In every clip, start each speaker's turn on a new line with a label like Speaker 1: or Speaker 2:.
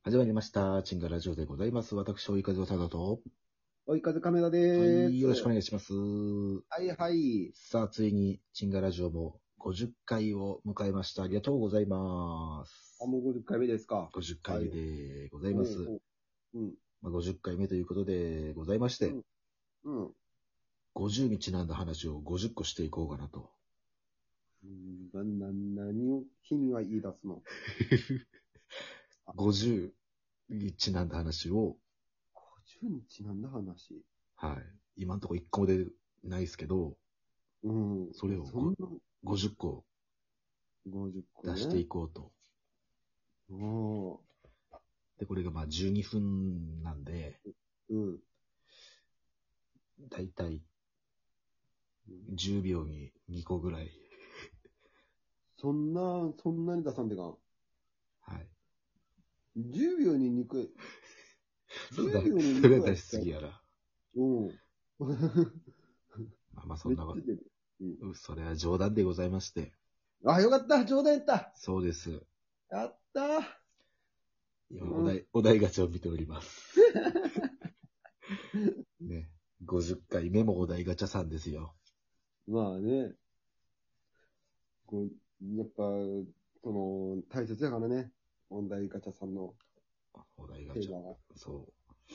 Speaker 1: 始まりました。チンガラジオでございます。私、追い風長田と。
Speaker 2: 追い風亀田
Speaker 1: は
Speaker 2: でーす。
Speaker 1: い、よろしくお願いします。
Speaker 2: はいはい。
Speaker 1: さあ、ついに、チンガラジオも50回を迎えました。ありがとうございます。
Speaker 2: もう50回目ですか。
Speaker 1: 50回目でござい
Speaker 2: おう
Speaker 1: ます。
Speaker 2: おううん。
Speaker 1: 50回目ということでございまして、
Speaker 2: うん。
Speaker 1: 50にちなんだ話を50個していこうかなと。
Speaker 2: 何を君は言い出すの
Speaker 1: 50にちなんだ話を、
Speaker 2: 50日なんだ話。
Speaker 1: はい、今んとこ1個も出ないですけど、
Speaker 2: うん。
Speaker 1: それを
Speaker 2: そんな
Speaker 1: 50個
Speaker 2: 50個ね。
Speaker 1: 出していこうと。
Speaker 2: お
Speaker 1: で、これがまあ12分なんで、
Speaker 2: うん。
Speaker 1: だいたい10秒に2個ぐらい。
Speaker 2: そんなに出さんでかん。
Speaker 1: はい。
Speaker 2: 10秒に2個。10秒に2個や
Speaker 1: それは出し
Speaker 2: ったら。
Speaker 1: すぎやな。
Speaker 2: うん。
Speaker 1: まあまあそんなこ
Speaker 2: めっちゃ出る。
Speaker 1: と。それは冗談でございまして。
Speaker 2: あ、よかった。冗談やった。
Speaker 1: そうです。
Speaker 2: やったー。
Speaker 1: 今お題ガチャを見ております。ね。50回目もお題ガチャさんですよ。
Speaker 2: まあね。やっぱ、大切やからね。問題ガチャさんの
Speaker 1: お題ガチャ。
Speaker 2: テーマが。
Speaker 1: そう。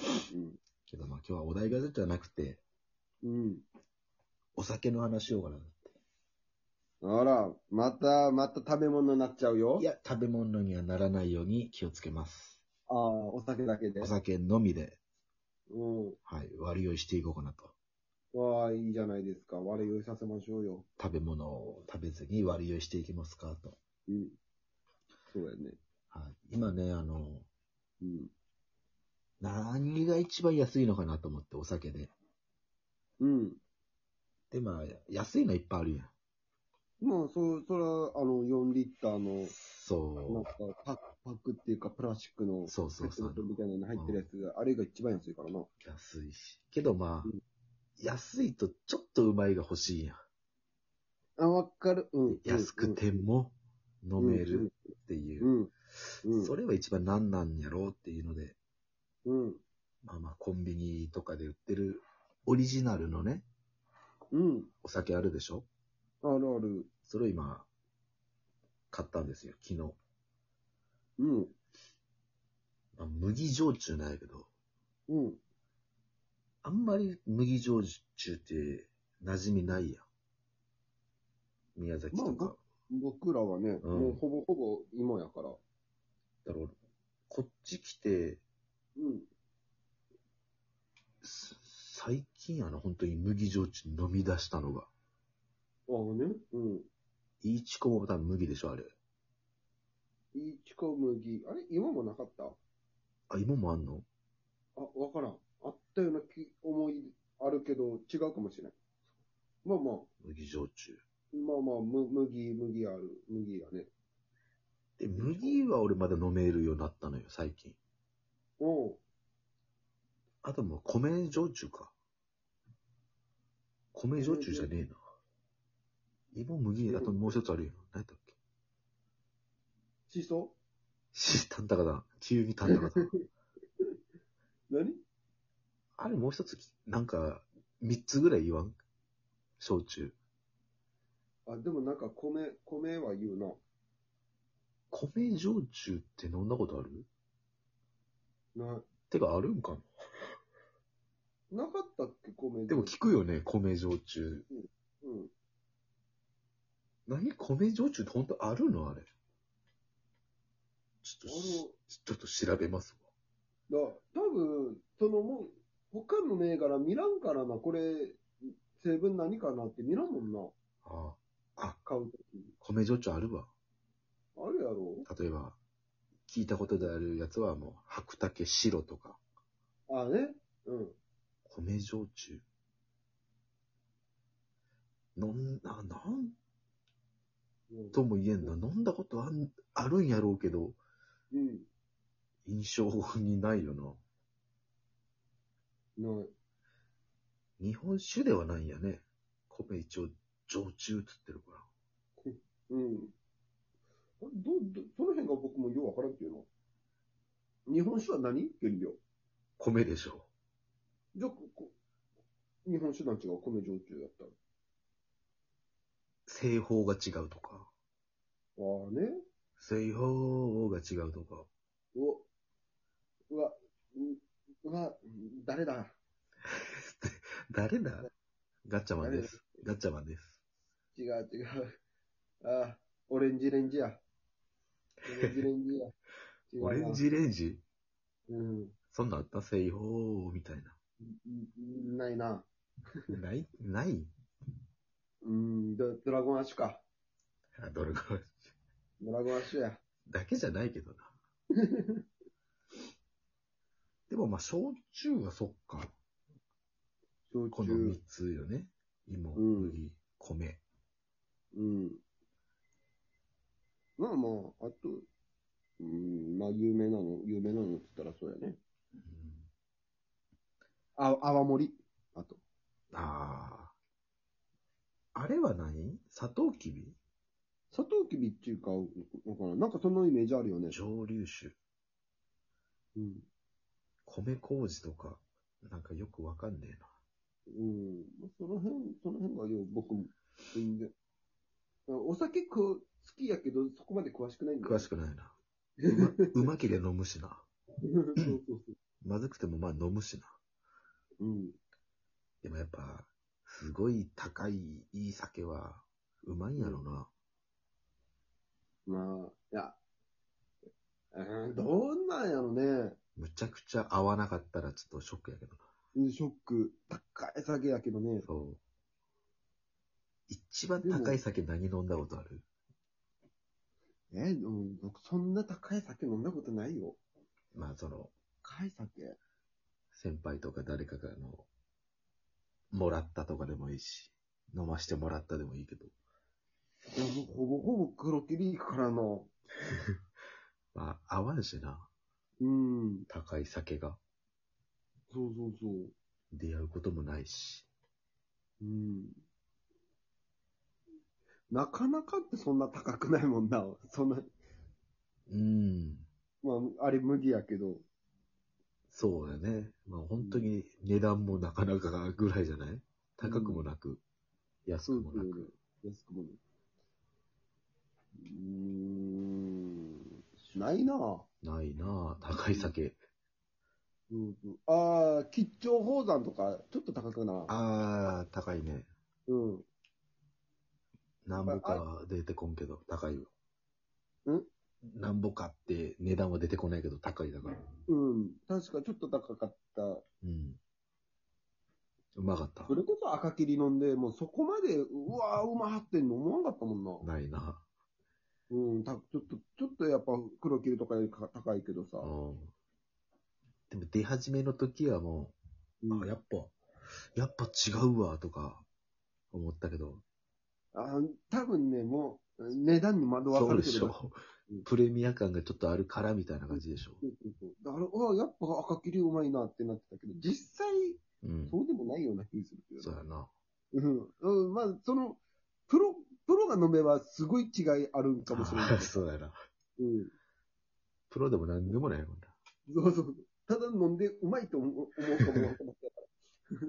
Speaker 2: うん。
Speaker 1: けどまあ今日はお題ガチャじゃなくて、
Speaker 2: うん。
Speaker 1: お酒の話しようかな。
Speaker 2: あら、また食べ物になっちゃうよ。
Speaker 1: いや、食べ物にはならないように気をつけます。
Speaker 2: ああ、お酒だけで。
Speaker 1: お酒のみで、
Speaker 2: う
Speaker 1: はい、割り酔いしていこうかなと。
Speaker 2: ん。わあ、いいじゃないですか。悪い酔いさせましょうよ。
Speaker 1: 食べ物を食べずに割り酔いしていきますかと。
Speaker 2: うん。そうやね。
Speaker 1: はい、今ね、
Speaker 2: うん。
Speaker 1: 何が一番安いのかなと思ってお酒で。
Speaker 2: うん。
Speaker 1: で、まあ、安いのいっぱいあるやん。
Speaker 2: まあ、それは、4リッターの、なん
Speaker 1: そ
Speaker 2: か、パックっていうか、プラスチックの
Speaker 1: う。そうそうそう。
Speaker 2: ペットボトルみたいなのに入ってるやつが、あれが一番安いからな。
Speaker 1: 安いし。けどまあ、
Speaker 2: うん
Speaker 1: 安いとちょっとうまいが欲しいやん。
Speaker 2: あ、わかる。うん。
Speaker 1: 安くても飲めるっていう。
Speaker 2: うん。うん。
Speaker 1: それは一番何なんやろうっていうので、
Speaker 2: うん。
Speaker 1: まあまあコンビニとかで売ってるオリジナルのね、
Speaker 2: うん。
Speaker 1: お酒あるでしょ。
Speaker 2: あるある。
Speaker 1: それを今、買ったんですよ、昨日。
Speaker 2: うん。
Speaker 1: まあ、麦焼酎なんやけど、
Speaker 2: うん。
Speaker 1: あんまり麦焼酎って馴染みないやん。宮崎
Speaker 2: まあ、
Speaker 1: とか。
Speaker 2: 僕らはね、
Speaker 1: うん
Speaker 2: もうほぼほぼ芋やから。
Speaker 1: だろう、こっち来て、
Speaker 2: うん。
Speaker 1: 最近やな、本当に麦焼酎飲み出したのが。
Speaker 2: ああね。うん。
Speaker 1: いちこも多分麦でしょ、あれ。
Speaker 2: いちこ麦。あれ芋もなかった
Speaker 1: あ、芋もあんの？
Speaker 2: あ、わからん。あったような思いあるけど、違うかもしれない。まあまあ、
Speaker 1: 麦焼酎。
Speaker 2: 麦ある。麦やね。
Speaker 1: で、麦は俺まだ飲めるようになったのよ、最近。
Speaker 2: おう。
Speaker 1: あともう米焼酎か。米焼酎じゃねえな。芋麦、あともう一つあるよ。何やったっけ？
Speaker 2: しそ
Speaker 1: タンタカだ。急にタンタカだ。
Speaker 2: 何
Speaker 1: あれもう一つ、なんか、三つぐらい言わん？焼酎。
Speaker 2: あ、でもなんか米は言うな。
Speaker 1: 米焼酎って飲んだことある？
Speaker 2: な、
Speaker 1: てかあるんかな？
Speaker 2: なかったっけ米
Speaker 1: でも聞くよね、米焼酎。
Speaker 2: うん。
Speaker 1: 何？米焼酎って本当あるのあれ。ちょっとちょっと調べます
Speaker 2: 多分、他の銘柄見らんからな、これ、成分何かなって見らんもんな。
Speaker 1: わ。あ、
Speaker 2: 買うときに。
Speaker 1: 米焼酎あるわ。
Speaker 2: あるやろ
Speaker 1: 例えば、聞いたことであるやつはもう、白竹白とか、
Speaker 2: あね。うん。
Speaker 1: 米焼酎。なんとも言えんな。飲んだことあるんやろうけど、
Speaker 2: うん。
Speaker 1: 印象にないよな。
Speaker 2: ない。
Speaker 1: 日本酒ではないんやね。米一応、焼酎っつってるから。
Speaker 2: うん。その辺が僕もようわからんっていうの。 日本酒は何原料。
Speaker 1: 米でしょ。
Speaker 2: じゃあ、日本酒なん違う米焼酎だったら。
Speaker 1: 製法が違うとか。
Speaker 2: ああね。
Speaker 1: 製法が違うとか。
Speaker 2: うわ、うわ、誰だ
Speaker 1: 誰だ？ガッチャマン
Speaker 2: 誰だ
Speaker 1: です。ガッチャマンです。
Speaker 2: 違う違う。ああ、オレンジレンジや。オレンジレンジや。違うな。
Speaker 1: オレンジレンジ？
Speaker 2: うん。
Speaker 1: そんなんあった？製法みたいな。
Speaker 2: ないな。
Speaker 1: ない
Speaker 2: ドラゴンアッシュか。
Speaker 1: あ、どれか
Speaker 2: ドラゴンアッシュや。
Speaker 1: だけじゃないけどな。でもまあ、焼酎はそっか。
Speaker 2: 焼
Speaker 1: この
Speaker 2: 酎。
Speaker 1: 3つよね。芋、
Speaker 2: うん
Speaker 1: 麦、米。
Speaker 2: うん。まあまあ、あと、まあ有名なのって言ったらそうやね。
Speaker 1: うん、
Speaker 2: 泡盛。あと。
Speaker 1: ああ。あれは何？サトウキビ？
Speaker 2: サトウキビっていうか、わからん。なんかそのイメージあるよね。
Speaker 1: 蒸留酒。
Speaker 2: うん。
Speaker 1: 米麹とか、なんかよくわかんねえな。
Speaker 2: うん。その辺がよ、僕も、全然。お酒好きやけど、そこまで詳しくないんだよね。
Speaker 1: 詳しくないな。うまけりゃ飲むしな。
Speaker 2: そうそうそう。
Speaker 1: まずくてもまあ飲むしな。
Speaker 2: うん。
Speaker 1: でもやっぱ、すごい高いいい酒は、うまいんやろな。
Speaker 2: まあ、いや、どんなんやろね。
Speaker 1: むちゃくちゃ合わなかったらちょっとショックやけどな。
Speaker 2: ショック。高い酒やけどね。
Speaker 1: そう。一番
Speaker 2: でも
Speaker 1: 高い酒何飲んだことある？
Speaker 2: 僕そんな高い酒飲んだことないよ。
Speaker 1: まあその、
Speaker 2: 高い酒。
Speaker 1: 先輩とか誰かがもらったとかでもいいし、飲ましてもらったでもいいけど。
Speaker 2: いや、もうほぼほぼ黒霧からの。
Speaker 1: まあ合わんしな。
Speaker 2: うん。
Speaker 1: 高い酒が
Speaker 2: そうそうそう。
Speaker 1: 出会うこともないし。
Speaker 2: うん。なかなかってそんな高くないもんな。そんな、
Speaker 1: うん。
Speaker 2: まあ、あれ麦やけど。
Speaker 1: そうだね。まあ本当に値段もなかなかぐらいじゃない？高くもなく、安
Speaker 2: そうそうね。
Speaker 1: くもなく。
Speaker 2: 安くもね。ないなぁ。
Speaker 1: ないなぁ、高い酒。
Speaker 2: うんうん、ああ、吉兆宝山とか、ちょっと高くな。
Speaker 1: ああ、高いね。
Speaker 2: うん。
Speaker 1: なんぼかは出てこんけど、高いよ。なんぼかって値段は出てこないけど、高いだから。
Speaker 2: うん。確かちょっと高かった。
Speaker 1: うん。うまかった。
Speaker 2: それこそ赤霧飲んで、もうそこまで、うわー、うまはってんの思わんかったもんな。
Speaker 1: ないな。
Speaker 2: うん。ちょっとやっぱ黒霧とかより高いけどさ。
Speaker 1: うん。でも出始めの時はもう、
Speaker 2: うん。
Speaker 1: やっぱ違うわ、とか思ったけど。
Speaker 2: 多分ね、もう、値段に惑わ
Speaker 1: そう
Speaker 2: されてるだけ。
Speaker 1: でしょ。プレミア感がちょっとあるからみたいな感じでしょ。
Speaker 2: そうそうそう。だから、やっぱ赤霧うまいなってなってたけど、実際、
Speaker 1: うん。
Speaker 2: そうでもないような気がするけどね。
Speaker 1: そうやな。
Speaker 2: まあ、プロ、プロが飲めばすごい違いあるんかもしれないけど。
Speaker 1: そうやな。
Speaker 2: うん。
Speaker 1: プロでもなんでもないもんな。
Speaker 2: そうそう。ただ飲んでうまいと思うかもわかんないから。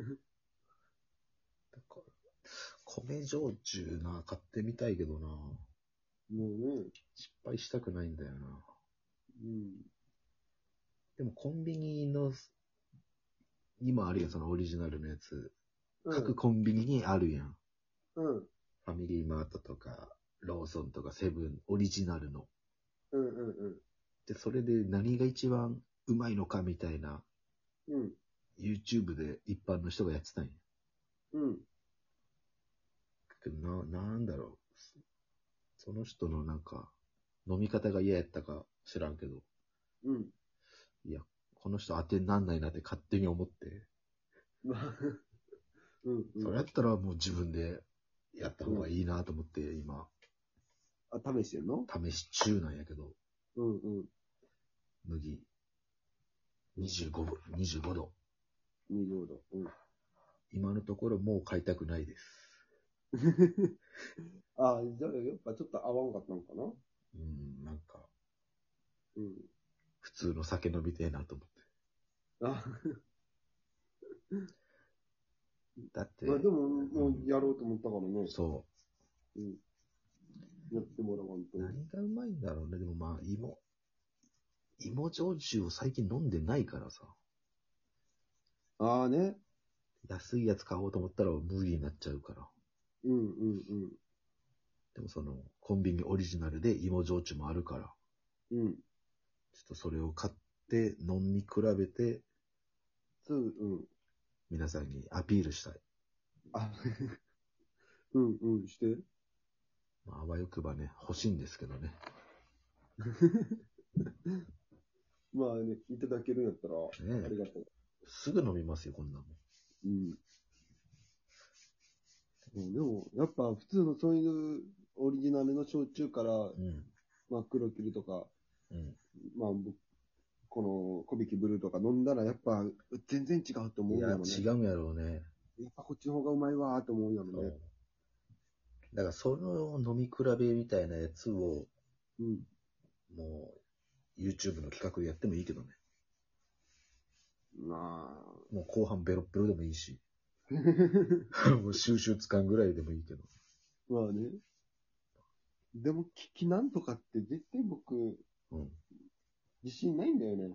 Speaker 1: だから米焼酎な、買ってみたいけどな。
Speaker 2: もうね。
Speaker 1: 失敗したくないんだよな。
Speaker 2: うん。
Speaker 1: でもコンビニの、今あるやん、そのオリジナルのやつ。各コンビニにあるやん。
Speaker 2: うん。
Speaker 1: ファミリーマートとか、ローソンとかセブン、オリジナルの。
Speaker 2: うんうん
Speaker 1: で、それで何が一番うまいのかみたいな、
Speaker 2: うん。
Speaker 1: YouTube で一般の人がやってたんや。
Speaker 2: うん。うん。
Speaker 1: けどなんだろう。その人のなんか、飲み方が嫌やったか知らんけど、
Speaker 2: うん。
Speaker 1: いや、この人当てになんないなって勝手に思って、
Speaker 2: まあ、うんうん。
Speaker 1: それやったらもう自分でやった方がいいなと思って、今、
Speaker 2: 試してんの？
Speaker 1: 試し中なんやけど、
Speaker 2: うんうん。
Speaker 1: 麦、25度。
Speaker 2: 20度。うん。
Speaker 1: 今のところもう買いたくないです。
Speaker 2: じゃあやっぱちょっと合わんかったのかな？
Speaker 1: うん、なんか、
Speaker 2: うん。
Speaker 1: 普普通の酒飲みてえなと思って。
Speaker 2: あ、
Speaker 1: だって、
Speaker 2: まあでも、もうやろうと思ったからね。
Speaker 1: そ
Speaker 2: うん。やってもらわんと。
Speaker 1: 何がうまいんだろうね。でもまあ、芋焼酎を最近飲んでないからさ。
Speaker 2: ああね。
Speaker 1: 安いやつ買おうと思ったら無理になっちゃうから。
Speaker 2: うんうんうん。
Speaker 1: でもコンビニオリジナルで芋焼酎もあるから、
Speaker 2: うん。
Speaker 1: ちょっとそれを買って飲み比べて、
Speaker 2: うん。
Speaker 1: 皆さんにアピールしたい。
Speaker 2: あ、うんうん、して。
Speaker 1: まあ、あわよくばね、欲しいんですけどね。
Speaker 2: まあね、いただけるんやったら、
Speaker 1: ねえ
Speaker 2: ありがとう。
Speaker 1: すぐ飲みますよ、こんなもん。
Speaker 2: うん。でも、やっぱ普通のそういうオリジナルの焼酎から、
Speaker 1: うん。
Speaker 2: まあ黒キルとか、
Speaker 1: うん。
Speaker 2: まあこの小引きブルーとか飲んだらやっぱ全然違うと思
Speaker 1: いや、
Speaker 2: うんやろね。
Speaker 1: 違うんやろうね。
Speaker 2: やっぱこっちの方がうまいわーと思うんやろね。
Speaker 1: そう。だからその飲み比べみたいなやつを、
Speaker 2: うん。
Speaker 1: もう、YouTube の企画でやってもいいけどね。
Speaker 2: ま
Speaker 1: もう後半ベロッベロでもいいし。
Speaker 2: あ。
Speaker 1: もう収集つかんぐらいでもいいけど。
Speaker 2: まあね。でも、聞きなんとかって絶対僕、
Speaker 1: うん。
Speaker 2: 自信ないんだよね。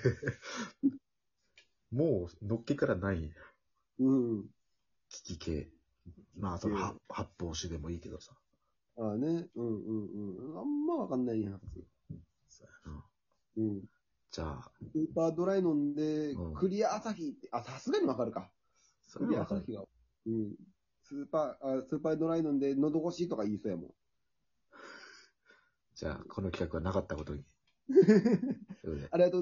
Speaker 1: もう、のっけからない。
Speaker 2: うん。
Speaker 1: 聞き系。まあ、発泡酒でもいいけどさ。
Speaker 2: ああね。うんうんうん。あんまわかんないやつ。
Speaker 1: そうやな。
Speaker 2: うん。
Speaker 1: じゃあ、
Speaker 2: スーパードライ飲んで、
Speaker 1: うん。
Speaker 2: クリア朝日って、あ、さすがにわかるか。クリア
Speaker 1: それはわかる。
Speaker 2: 朝日が。うん。スーパードライ飲んで、喉越しとか言いそうやもん。
Speaker 1: じゃあ、この企画はなかったことに。ということで
Speaker 2: ありがとう。